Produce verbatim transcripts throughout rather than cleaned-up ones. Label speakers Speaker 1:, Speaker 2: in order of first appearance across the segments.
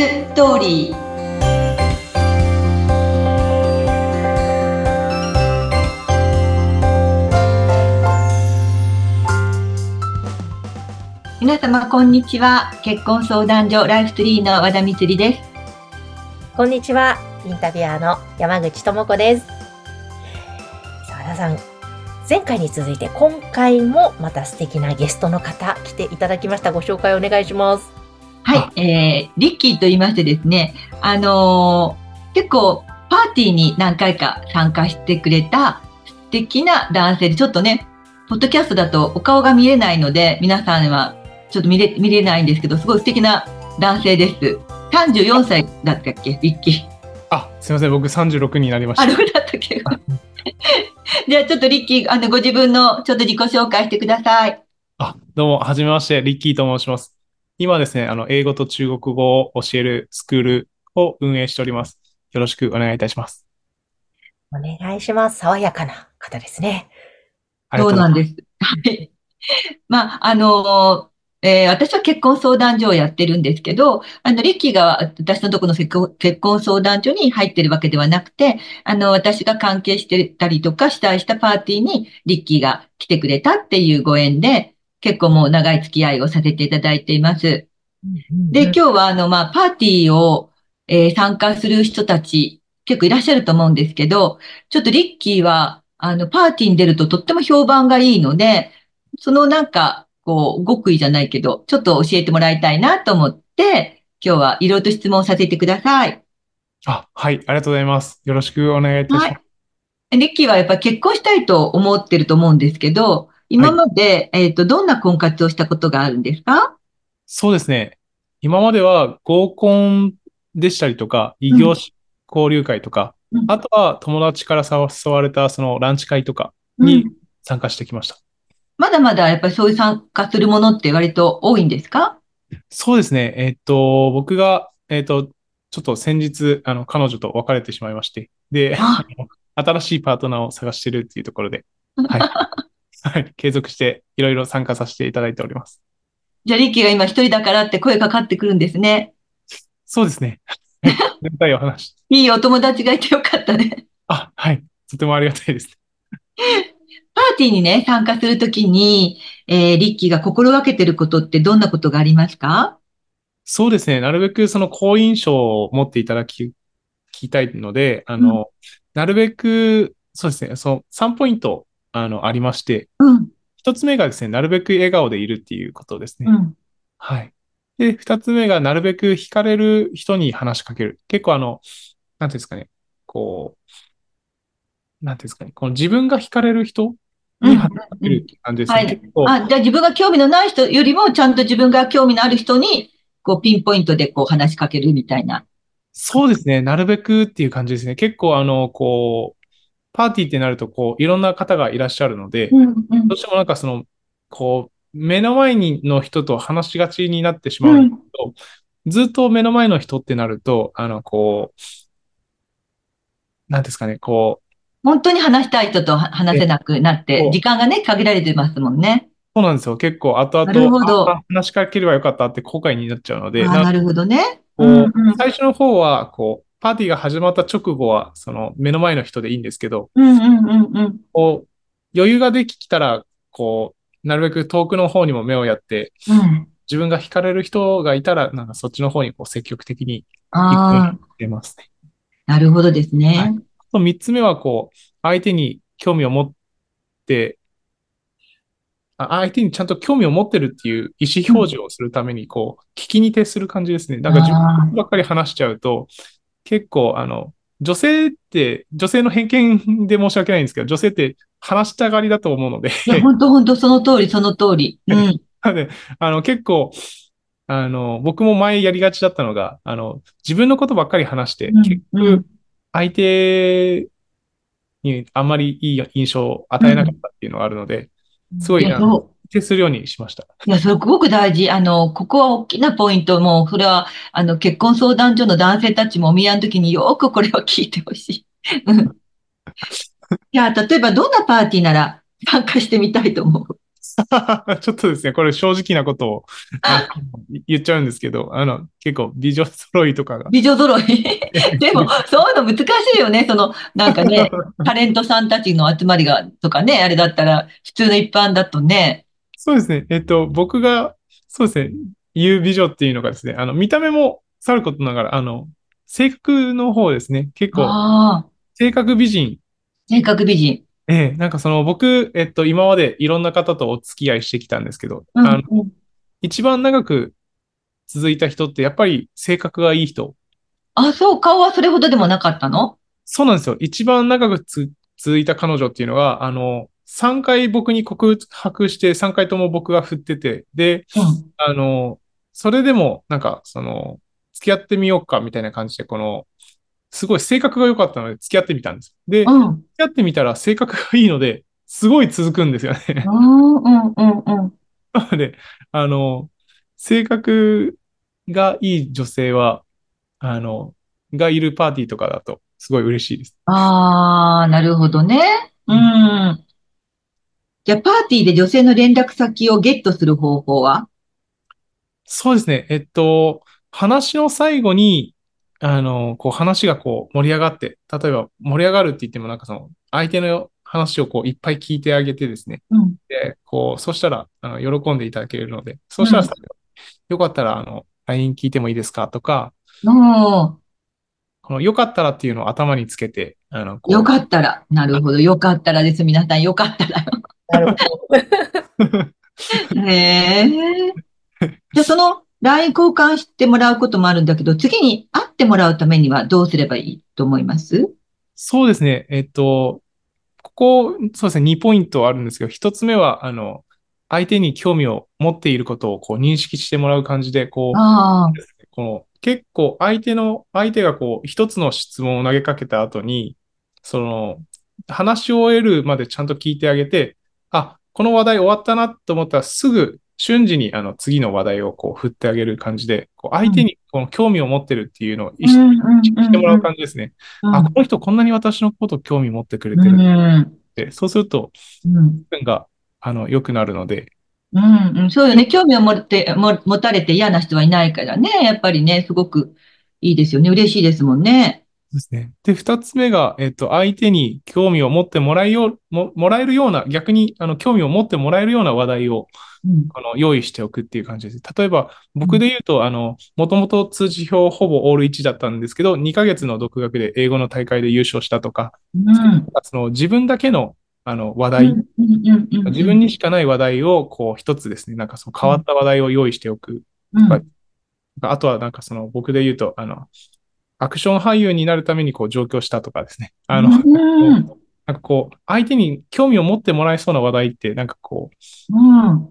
Speaker 1: ストーリー。皆様こんにちは。結婚相談所ライフツリーの和田光です。
Speaker 2: こんにちは。インタビュアーの山口智子です。さあ、和田さん、前回に続いて今回もまた素敵なゲストの方来ていただきました。ご紹介お願いします。
Speaker 1: はい、えー、リッキーと言いましてですね、あのー、結構パーティーに何回か参加してくれた素敵な男性で、ちょっとね、ポッドキャストだとお顔が見えないので、皆さんはちょっと見れ、見れないんですけど、すごい素敵な男性です。さんじゅうよんさいだったっけ、リッキー。
Speaker 3: あ、すいません、僕さんじゅうろくになりました。
Speaker 1: あ、ろくだったっけ。じゃあちょっとリッキー、あの、ご自分のちょっと自己紹介してください。
Speaker 3: あ、どうも、はじめまして、リッキーと申します。今ですね、あの、英語と中国語を教えるスクールを運営しております。よろしくお願いいたします。
Speaker 2: お願いします。爽やかな方ですね。
Speaker 1: そうなんです。はい。まあ、あの、えー私は結婚相談所をやってるんですけど、あの、リッキーが私のところの結婚結婚相談所に入ってるわけではなくて、あの、私が関係してたりとか主催したパーティーにリッキーが来てくれたっていうご縁で、結構もう長い付き合いをさせていただいています。
Speaker 2: うんうん
Speaker 1: で、
Speaker 2: うん。
Speaker 1: 今日はあの、まあ、パーティーを、えー参加する人たち、結構いらっしゃると思うんですけど、ちょっとリッキーは、あの、パーティーに出るととっても評判がいいので、そのなんか、こう、極意じゃないけど、ちょっと教えてもらいたいなと思って、今日はいろいろと質問させてください。
Speaker 3: あ、はい、ありがとうございます。よろしくお願いいたします。
Speaker 1: はい。リッキーはやっぱり結婚したいと思ってると思うんですけど、今
Speaker 3: はい、
Speaker 1: まで、えっと、どんな婚活をしたことがあるんですか？
Speaker 3: そうですね。今までは合コンでしたりとか、異
Speaker 1: うん、
Speaker 3: 業種交流会とか、
Speaker 1: うん、
Speaker 3: あとは友達から誘われたそのランチ会とかに
Speaker 1: うん。
Speaker 3: 参加してきました。
Speaker 1: まだまだやっぱりそういう参加するものって割と多いんですか？
Speaker 3: そうですね。えっと、僕が、えっと、ちょっと先日、あの、彼女と別れてしまいまして、で、
Speaker 1: あ、
Speaker 3: あの新しいパートナーを探してるっていうところで、はい、はい、継続していろいろ参加させていただいております。
Speaker 1: じゃあリッキーが今一人だからって声かかってくるんですね。
Speaker 3: そうですね。はい。ありがたいお話。
Speaker 1: いいお友達がいてよかったね。
Speaker 3: あ、はい。とてもありがたいですね。
Speaker 1: パーティーにね、参加するときに、えー、リッキーが心がけてることってどんなことがありますか？
Speaker 3: そうですね。なるべくその好印象を持っていただき、聞きたいので、あ
Speaker 1: うん、
Speaker 3: の、なるべく、そうですね。そのさんポイント、あの、ありまして、
Speaker 1: うん、
Speaker 3: ひとつめがですね、なるべく笑顔でいるっていうことですね。
Speaker 1: うん。
Speaker 3: はい。で、二つ目が、なるべく惹かれる人に話しかける。結構あの、なんていうんですかね、こう、なんていうんですかね、この自分が惹かれる人
Speaker 1: うん、
Speaker 3: に話しか
Speaker 1: うん。
Speaker 3: けるっていう感じですね。
Speaker 1: はい。
Speaker 3: 結構、
Speaker 1: あ、じゃあ自分が興味のない人よりも、ちゃんと自分が興味のある人に、こう、ピンポイントでこう話しかけるみたいな。
Speaker 3: そうですね、なるべくっていう感じですね。結構あの、こう、パーティーってなると、こう、いろんな方がいらっしゃるので、
Speaker 1: うん、うん、
Speaker 3: どうしてもなんかその、こう、目の前にの人と話しがちになってしまうんです
Speaker 1: うん。
Speaker 3: けど、ずっと目の前の人ってなると、あの、こう、なんですかね、こ
Speaker 1: 本当に話したい人とは
Speaker 3: う、え
Speaker 1: 話せなくなって、時
Speaker 3: こう
Speaker 1: 間がね、限られてますもんね。
Speaker 3: そうなんですよ。結構後
Speaker 1: なる
Speaker 3: 々、あ、
Speaker 1: ほど。
Speaker 3: あ話しかければよかったって後悔になっちゃうので、
Speaker 1: ああ、
Speaker 3: な、
Speaker 1: なるほどね。うん、
Speaker 3: こう、
Speaker 1: うん。
Speaker 3: 最初の方は、こう、パーティーが始まった直後は、その目の前の人でいいんですけど、
Speaker 1: うんうんうんうん。
Speaker 3: こう、余裕ができたら、こう、なるべく遠くの方にも目をやって、
Speaker 1: うん。
Speaker 3: 自分が惹かれる人がいたら、なんかそっちの方にこう積極的に行くようにし
Speaker 1: ああ、
Speaker 3: てますね。
Speaker 1: なるほどです
Speaker 3: はい。
Speaker 1: ね。
Speaker 3: あと三つ目は、こう、相手に興味を持って、あ相手にちゃんと興味を持ってるっていう意思
Speaker 1: うん。
Speaker 3: 表示をするために、こう、聞きに徹する感じですね。なんか自分
Speaker 1: あ
Speaker 3: ばっかり話しちゃうと、結構、あの、女性って、女性の偏見で申し訳ないんですけど、女性って話したがりだと思うので、
Speaker 1: いや、本当本当その通り、その通り。うん。
Speaker 3: なので、あの、結構、あの、僕も前やりがちだったのが、あの、自分のことばっかり話して、
Speaker 1: うん、
Speaker 3: 結局、
Speaker 1: うん、
Speaker 3: 相手にあんまりいい印象を与えなかっ
Speaker 1: うん。
Speaker 3: たっていうのがあるので、すご
Speaker 1: いや、
Speaker 3: い、あの、
Speaker 1: そう。
Speaker 3: 徹するようにしました。
Speaker 1: いや、それすごく大事。あの、ここは大きなポイント。もう、それは、あの、結婚相談所の男性たちもお見合いの時によくこれを聞いてほしい。うん。いや、例えばどんなパーティーなら参加してみたいと思う？
Speaker 3: ちょっとですね、これ正直なことをあ言っちゃうんですけど、あの、結構美女揃いとかが
Speaker 1: 美女揃い。でも、そういうの難しいよね。その、なんかね、タレントさんたちの集まりが、とかね、あれだったら、普通の一般だとね。
Speaker 3: そうですね。えっと、僕が、そうですね、言う美女っていうのがですね、あの、見た目もさることながら、あの、性格の方ですね、結構、
Speaker 1: ああ、
Speaker 3: 性格美人。
Speaker 1: 性格美人。
Speaker 3: ええ、なんかその僕、えっと、今までいろんな方とお付き合いしてきたんですけど、あの、
Speaker 1: うん、うん。
Speaker 3: 一番長く続いた人ってやっぱり性格がいい人。
Speaker 1: あ、そう、顔はそれほどでもなかったの？
Speaker 3: そうなんですよ。一番長くつ続いた彼女っていうのが、あの、さんかい僕に告白してさんかいとも僕が振ってて、で、
Speaker 1: うん、
Speaker 3: あの、それでも、なんか、その、付き合ってみようかみたいな感じで、この、すごい性格が良かったので付き合ってみたんです。で、付
Speaker 1: うん、
Speaker 3: き合ってみたら性格がいいので、すごい続くんですよ
Speaker 1: う
Speaker 3: ね。
Speaker 1: ん、うん、うん、うん。
Speaker 3: なので、あの、性格がいい女性は、あの、がいるパーティーとかだと、すごい嬉しいです。
Speaker 1: ああ、なるほどね。う
Speaker 3: うん。
Speaker 1: ん。じゃあ、パーティーで女性の連絡先をゲットする方法は？
Speaker 3: そうですね。えっと、話の最後に、あの、こう話がこう盛り上がって、例えば盛り上がるって言ってもなんかその相手の話をこういっぱい聞いてあげてですね。
Speaker 1: うん、
Speaker 3: で、こう、そしたら、あの、喜んでいただけるので、そ
Speaker 1: うん。
Speaker 3: したら最後よかったら、あの、ライン 聞いてもいいですかとか、
Speaker 1: おー、
Speaker 3: このよかったらっていうのを頭につけて、あの、
Speaker 1: よか
Speaker 3: こ
Speaker 1: ったら。なるほど。よかったらです。皆さん、よかったら。
Speaker 2: なるほど。
Speaker 3: う、
Speaker 1: へえ。じゃあ、その ライン 交換してもらうこともあるんだけど、次に会ってもらうためにはどうすればいいと思います？
Speaker 3: そうですね。えっと、ここ、そうですね、にポイントあるんですけど、ひとつめは、あの、相手に興味を持っていることをこう認識してもらう感じで、こう、
Speaker 1: ああ、
Speaker 3: この結構相手の、相手がこう、一つの質問を投げかけた後に、その、話を終えるまでちゃんと聞いてあげて、あ、この話題終わったなと思ったらすぐ瞬時にあの次の話題をこう振ってあげる感じで、こう
Speaker 1: うん。
Speaker 3: 相手にこの興味を持ってるっていうのを意識
Speaker 1: うん、うん、う
Speaker 3: してもらう
Speaker 1: ん、
Speaker 3: 感じですね。あ、こ
Speaker 1: うん。
Speaker 3: の人こんなに私のこと興味持ってくれ
Speaker 1: う
Speaker 3: てるっ
Speaker 1: ん、
Speaker 3: て、そうすると
Speaker 1: うん。
Speaker 3: 気分があの良くなるので、
Speaker 1: うん、うん、そうよね。興味を持って、も、持たれて嫌な人はいないからね。やっぱりね、すごくいいですよね。嬉しいですもんね。
Speaker 3: ですね。で、二つ目が、えっと、相手に興味を持ってもらえよう、も、もらえるような、逆に、あの、興味を持ってもらえるような話題を、
Speaker 1: うん、
Speaker 3: あの、用意しておくっていう感じです。例えば、
Speaker 1: うん、
Speaker 3: 僕で言うと、あの、もともと通知表ほぼオールいちだったんですけど、にかげつの独学で英語の大会で優勝したとか、
Speaker 1: うん、
Speaker 3: その自分だけの、あの、話題、
Speaker 1: うん、うん、うん、うん、
Speaker 3: 自分にしかない話題を、こう、一つですね、なんかその変わった話題を用意しておくとか、
Speaker 1: うん、
Speaker 3: あとはなんかその、僕で言うと、あの、アクション俳優になるためにこう上京したとかですね。あの、
Speaker 1: うん、
Speaker 3: なんかこう、相手に興味を持ってもらえそうな話題って、なんかこう、
Speaker 1: うん、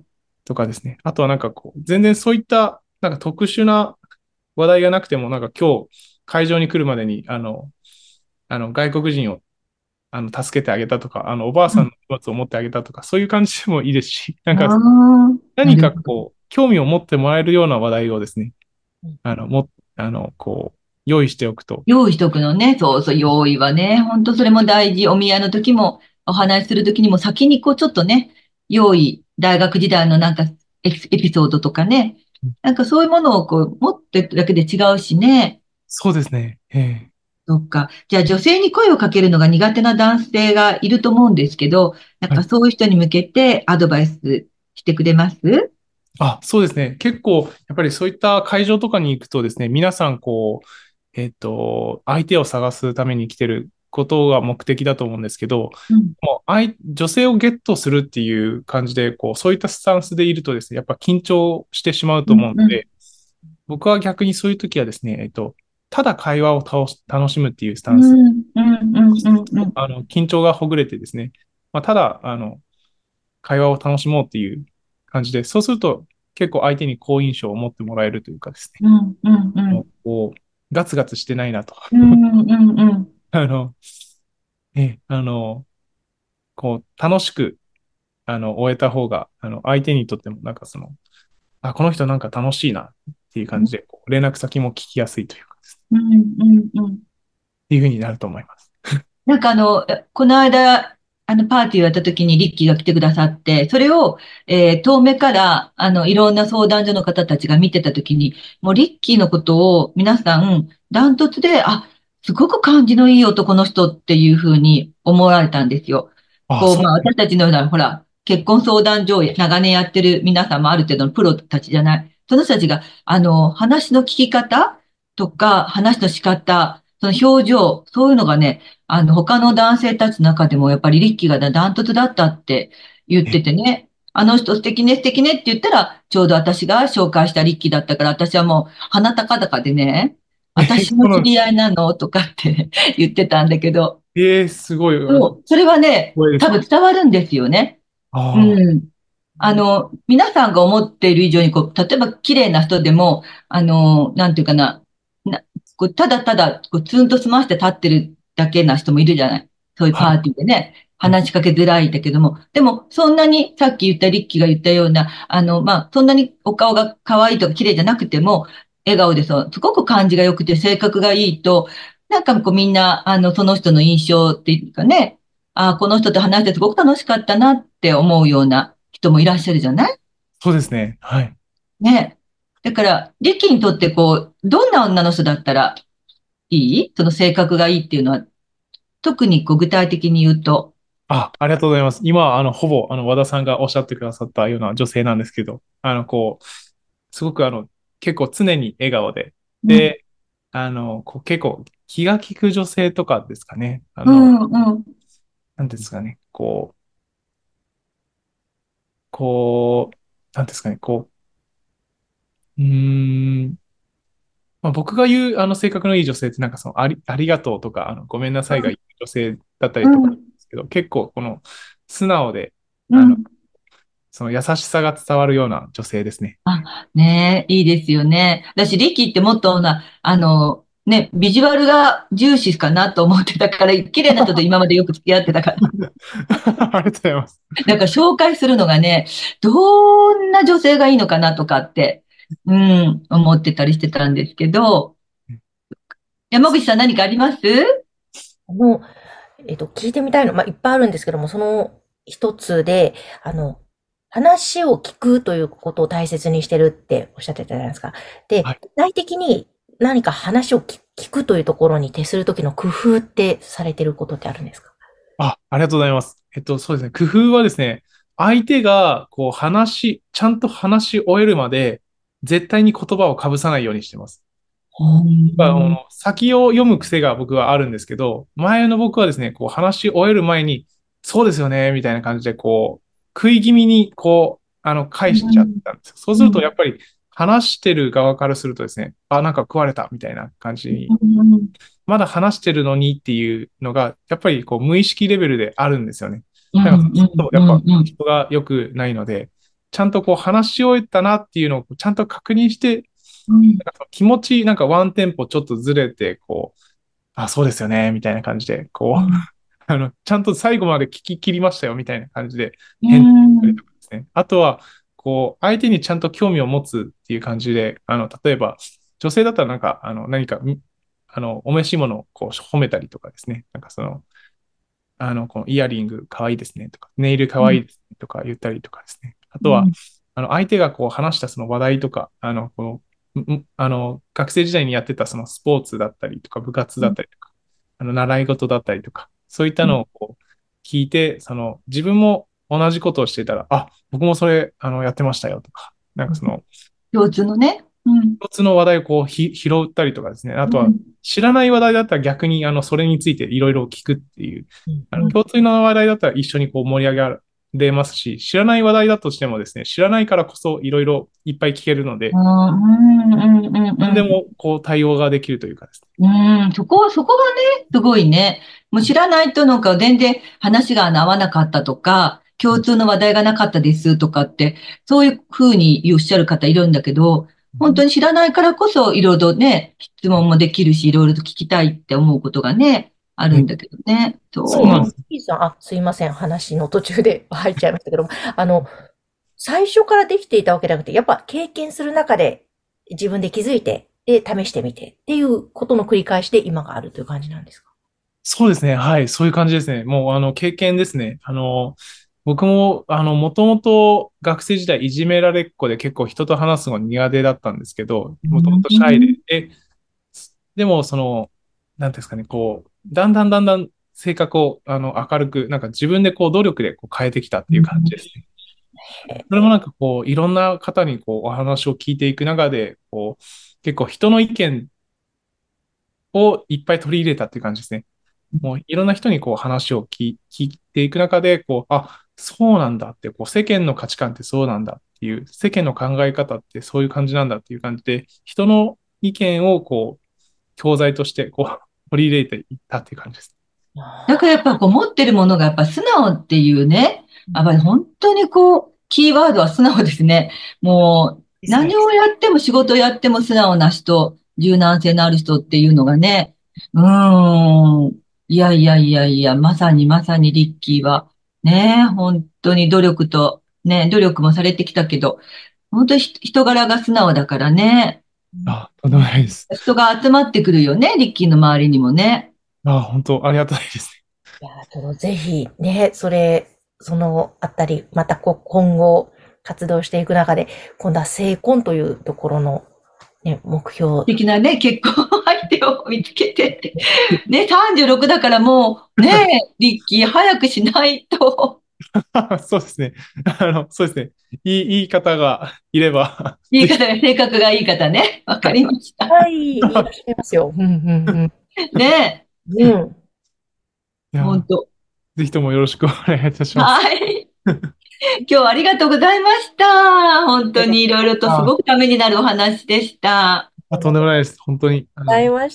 Speaker 3: とかですね。あとはなんかこう、全然そういった、なんか特殊な話題がなくても、なんか今日、会場に来るまでに、あの、あの、外国人を、あの、助けてあげたとか、あの、おばあさんの荷物を持ってあげたとか、そういう感じでもいいですし、なん
Speaker 1: あ
Speaker 3: か、
Speaker 1: あ、な
Speaker 3: 何
Speaker 1: るほど。
Speaker 3: かこう、興味を持ってもらえるような話題をですね、
Speaker 2: うん。
Speaker 3: あの、も、あの、こう、用意しておくと、
Speaker 1: 用意しとくのね。そうそう、用意はね。本当それも大事。お見合いの時も、お話しする時にも先にこうちょっとね、用意、大学時代のなんかエピエピソードとかね。なんかそういうものをこう持ってるだけで違うしね。
Speaker 3: そうですね。ええ、
Speaker 1: そっか。じゃあ女性に声をかけるのが苦手な男性がいると思うんですけど、なん
Speaker 3: はい。
Speaker 1: かそういう人に向けてアドバイスしてくれます？
Speaker 3: あ、そうですね。結構、やっぱりそういった会場とかに行くとですね、皆さん、こう、えっと、相手を探すために来てることが目的だと思うんですけど、
Speaker 1: うん、
Speaker 3: もう相女性をゲットするっていう感じで、こう、そういったスタンスでいるとですね、やっぱ緊張してしまうと
Speaker 1: うん、うん、
Speaker 3: 思うので、僕は逆にそういう時はですね、えっと、ただ会話を楽し楽しむっていうスタンス、
Speaker 1: うん、うん、うん、うん、うん。
Speaker 3: あの、緊張がほぐれてですね、まあ、ただ、あの、会話を楽しもうっていう感じで、そうすると結構相手に好印象を持ってもらえるというかですね、
Speaker 1: うん、うん、うん。
Speaker 3: こう、ガツガツしてないなと。
Speaker 1: うん、うん、うん。
Speaker 3: あの、え、あの、こう、楽しく、あの、終えた方が、あの、相手にとっても、なんかその、あ、この人なんか楽しいなっていう感じで、こう連絡先も聞きやすいというかですね、
Speaker 1: うん、うん、うん。
Speaker 3: っていうふうになると思います。
Speaker 1: なんかあの、えこの間、 あの、パーティーをやった時にリッキーが来てくださって、それを、えー遠目から、あの、いろんな相談所の方たちが見てた時に、もうリッキーのことを皆さん、ダントツで、あ、すごく感じのいい男の人っていうふうに思われたんですよ。
Speaker 3: あ、
Speaker 1: こう、まあ、
Speaker 3: そう。
Speaker 1: 私たちのような、ほら、結婚相談所を長年やってる皆さんもある程度のプロたちじゃない。その人たちが、あの、話の聞き方とか、話の仕方、その表情、そういうのがね、あの、他の男性たちの中でも、やっぱりリッキーがダントツだったって言っててね、あの人素敵ね、素敵ねって言ったら、ちょうど私が紹介したリッキーだったから、私はもう鼻高々でね、
Speaker 3: えー、
Speaker 1: 私
Speaker 3: そうなんです。
Speaker 1: の知り合いなのとかって言ってたんだけど、
Speaker 3: えー、すごい。あ、
Speaker 1: そう、それはね、
Speaker 3: 光栄です。
Speaker 1: 多分伝わるんですよね。う
Speaker 3: あ
Speaker 1: ん。あの、皆さんが思っている以上に、こう、例えば綺麗な人でも、あの、なんていうかな、な、こう、ただただ、こう、ツンと済まして立ってるだけな人もいるじゃない。そういう
Speaker 3: あ、はい。
Speaker 1: パーティーでね、
Speaker 3: はい。
Speaker 1: 話しかけづらいんだけども、でも、そんなに、さっき言ったリッキーが言ったような、あの、まあ、そんなにお顔が可愛いとか綺麗じゃなくても、笑顔でそう、すごく感じが良くて性格がいいと、なんかこうみんな、あの、その人の印象っていうかね、ああ、この人と話してすごく楽しかったなって思うような人もいらっしゃるじゃない
Speaker 3: そうですね。はい。
Speaker 1: ね。だから、リキにとってこう、どんな女の人だったらいいその性格がいいっていうのは、特にこう具体的に言うと。
Speaker 3: あ、ありがとうございます。今、あの、ほぼ、あの、和田さんがおっしゃってくださったような女性なんですけど、あの、こう、すごく、あの、結構常に笑顔で、
Speaker 1: うん、
Speaker 3: で、あの、こう、結構気が利く女性とかですかね。あの、
Speaker 1: うん、うん、
Speaker 3: なんていうんですかね。こう、こう、なんていうんですかね。こう、うーん、まあ、僕が言う、あの、性格のいい女性って、なんかその、あり、ありがとうとか、あの、ごめんなさいが言う女性だったりとかで
Speaker 1: うん、
Speaker 3: すけど、結構、この、素直で、あの、
Speaker 1: うん。
Speaker 3: その優しさが伝わるような女性ですね。
Speaker 1: あ、ねえ、いいですよね。私、リキってもっとな、あの、ね、ビジュアルが重視かなと思ってたから、綺麗な人と今までよく付き合ってたから。
Speaker 3: ありがとうございます。
Speaker 1: だから紹介するのがね、どんな女性がいいのかなとかって、うん、思ってたりしてたんですけど、山口さん何かあります
Speaker 2: あの、えっと、聞いてみたいの、まあ、いっぱいあるんですけども、その一つで、あの、話を聞くということを大切にしてるっておっしゃってたじゃないですか。で、
Speaker 3: はい。
Speaker 2: 具体的に何か話を聞聞くというところに徹するときの工夫ってされてることってあるんですか？
Speaker 3: あ、ありがとうございます。えっと、そうですね。工夫はですね、相手が、こう、話、ちゃんと話し終えるまで、絶対に言葉をかぶさないようにしてます。
Speaker 1: うん、
Speaker 3: あの先を読む癖が僕はあるんですけど、前の僕はですね、こう話し終える前に、そうですよね、みたいな感じで、こう、食い気味に、こう、あの、返しちゃっ
Speaker 1: うん、
Speaker 3: たんですよ。そうすると、やっぱり、話してる側からするとですね、あ、なんか食われた、みたいな感じに、
Speaker 1: うん、
Speaker 3: まだ話してるのにっていうのが、やっぱりこう、無意識レベルであるんですよね。
Speaker 1: うん、
Speaker 3: だから、そうすると、やっぱ、
Speaker 1: うん、うん、
Speaker 3: 人が良くないので、ちゃんとこう、話し終えたなっていうのを、ちゃんと確認して、
Speaker 1: うん、
Speaker 3: なんか気持ち、なんかワンテンポちょっとずれて、こう、あ、そうですよね、みたいな感じで、こう、
Speaker 1: うん、
Speaker 3: あの、ちゃんと最後まで聞き切りましたよ、みたいな感じで、
Speaker 1: う
Speaker 3: 返事したり
Speaker 1: ん、
Speaker 3: とかですね。あとは、こう、相手にちゃんと興味を持つっていう感じで、あの、例えば、女性だったらなんか、あの、何か、んあの、お召し物をこう褒めたりとかですね。なんかその、あの、このイヤリングかわいいですねとか、ネイルかわいいですねとか言ったりとかですね。あとは、あの、相手がこう話したその話題とか、あの、この、んんあの、学生時代にやってたそのスポーツだったりとか、部活だったりとか、あの、習い事だったりとか、そういったのをこう聞いて、その、自分も同じことをしていたら、あ、僕もそれ、あの、やってましたよとか、なんかその、
Speaker 1: 共通のね。うん、
Speaker 3: 共通の話題をこうひ拾ったりとかですね。あとは
Speaker 1: うん、
Speaker 3: 知らない話題だったら逆にあのそれについていろいろ聞くっていう、
Speaker 2: うん
Speaker 3: あの共通の話題だったら一緒にこう盛り上げられますし、知らない話題だとしてもですね、知らないからこそいろいろいっぱい聞けるので、
Speaker 1: うん、うん、うん、
Speaker 3: 何で
Speaker 1: うん。
Speaker 3: もこう対応ができるというかですね。
Speaker 1: うん、そこ、そこがね、すごいね。もう知らない人のか全然話が合わなかったとか、共通の話題がなかったですとかって、そういうふうにおっしゃる方いるんだけど、本当に知らないからこそいろいろね、質問もできるし、いろいろと聞きたいって思うことがね、ある
Speaker 3: はい。
Speaker 1: んだけどね。
Speaker 2: はい。
Speaker 1: そう。
Speaker 3: そうなんです。
Speaker 2: いいさん、あ、すいません。話の途中で入っちゃいましたけども、あの、最初からできていたわけじゃなくて、やっぱ経験する中で自分で気づいて、で、試してみてっていうことの繰り返しで今があるという感じなんですか？
Speaker 3: そうですね。はい。そういう感じですね。もう、あの、経験ですね。あの、僕も、あの、もともと学生時代いじめられっ子で結構人と話すのが苦手だったんですけど、
Speaker 1: う
Speaker 3: もともとシャイで。
Speaker 1: ん。
Speaker 3: で、でも、その、なんていうんですかね、こう、だんだんだんだん性格を、あの、明るく、なんか自分でこう、努力でこう変えてきたっていう感じですね。それもなんかこう、いろんな方にこう、お話を聞いていく中で、こう、結構人の意見をいっぱい取り入れたっていう感じですね。もういろんな人にこう話を聞い聞いていく中で、こう、あ、そうなんだって、こう世間の価値観ってそうなんだっていう、世間の考え方ってそういう感じなんだっていう感じで、人の意見をこう、教材としてこう、取り入れていったっていう感じです。
Speaker 1: だからやっぱこう持ってるものがやっぱ素直っていうね、やっぱり本当にこう、キーワードは素直ですね。もう
Speaker 2: ですね。
Speaker 1: 何をやっても仕事やっても素直な人、柔軟性のある人っていうのがね、うーん。いやいやいやいや、まさにまさにリッキーは、ね、本当に努力と、ね、努力もされてきたけど、本当に人人柄が素直だからね、
Speaker 3: あ、とんでもないです。
Speaker 1: 人が集まってくるよね、リッキーの周りにもね。
Speaker 3: あ、本当ありがたいですね。
Speaker 2: いや、そのぜひね、それ、そのあたり、またこう今後活動していく中で、今度は成婚というところのね、目標。
Speaker 1: 素敵なね、結婚相手を見つけてって。ね、さんじゅうろくだからもう、ね、リッキー早くしないと。
Speaker 3: そうですね。あの、そうですね。いい、いい方がいれば、
Speaker 1: いい
Speaker 3: ぜひ。
Speaker 1: 方が、性格がいい方ね。わか
Speaker 3: はい。
Speaker 1: りました。
Speaker 2: はい、いらっしゃいますよ。うん、うん、
Speaker 1: ね、
Speaker 2: うん。うん。
Speaker 3: いや、
Speaker 1: 本当。
Speaker 3: ぜひともよろしくお願いいたします。
Speaker 1: はい。今日はありがとうございました。本当にいろいろとす
Speaker 3: あ、
Speaker 1: ごくためになるお話でした。
Speaker 3: あ、とんでもないです。本当に、あの、
Speaker 2: ございました。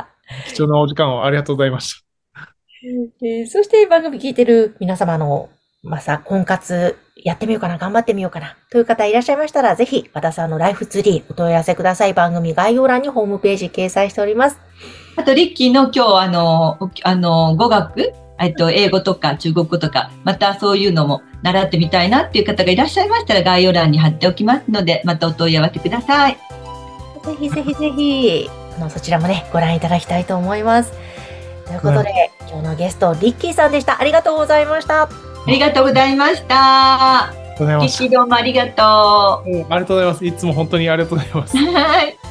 Speaker 3: 貴重なお時間をありがとうございまし
Speaker 2: えーそして番組聞いてる皆様の、まさ、婚活やってみようかな、頑張ってみようかな、という方いらっしゃいましたら、ぜひ、和田さんのライフツリーお問い合わせください。番組概要欄にホームページ掲載しております。
Speaker 1: あと、リッキーの今日、あの、おあの、語学、えっと、英語とか中国語とか、またそういうのも習ってみたいなっていう方がいらっしゃいましたら、概要欄に貼っておきますので、またお問い合わせください。
Speaker 2: ぜひぜひぜひ、あの、そちらもね、ご覧いただきたいと思います。ということで、今日のゲスト、リッキーさんでした。ありがとうございました。
Speaker 1: ありがとうございました。
Speaker 3: た。ありがとうござい
Speaker 1: リッ
Speaker 3: ました。
Speaker 1: キーどうもありがと
Speaker 3: ありがとうございます。いつも本当にありがとうございます。
Speaker 1: う。はい。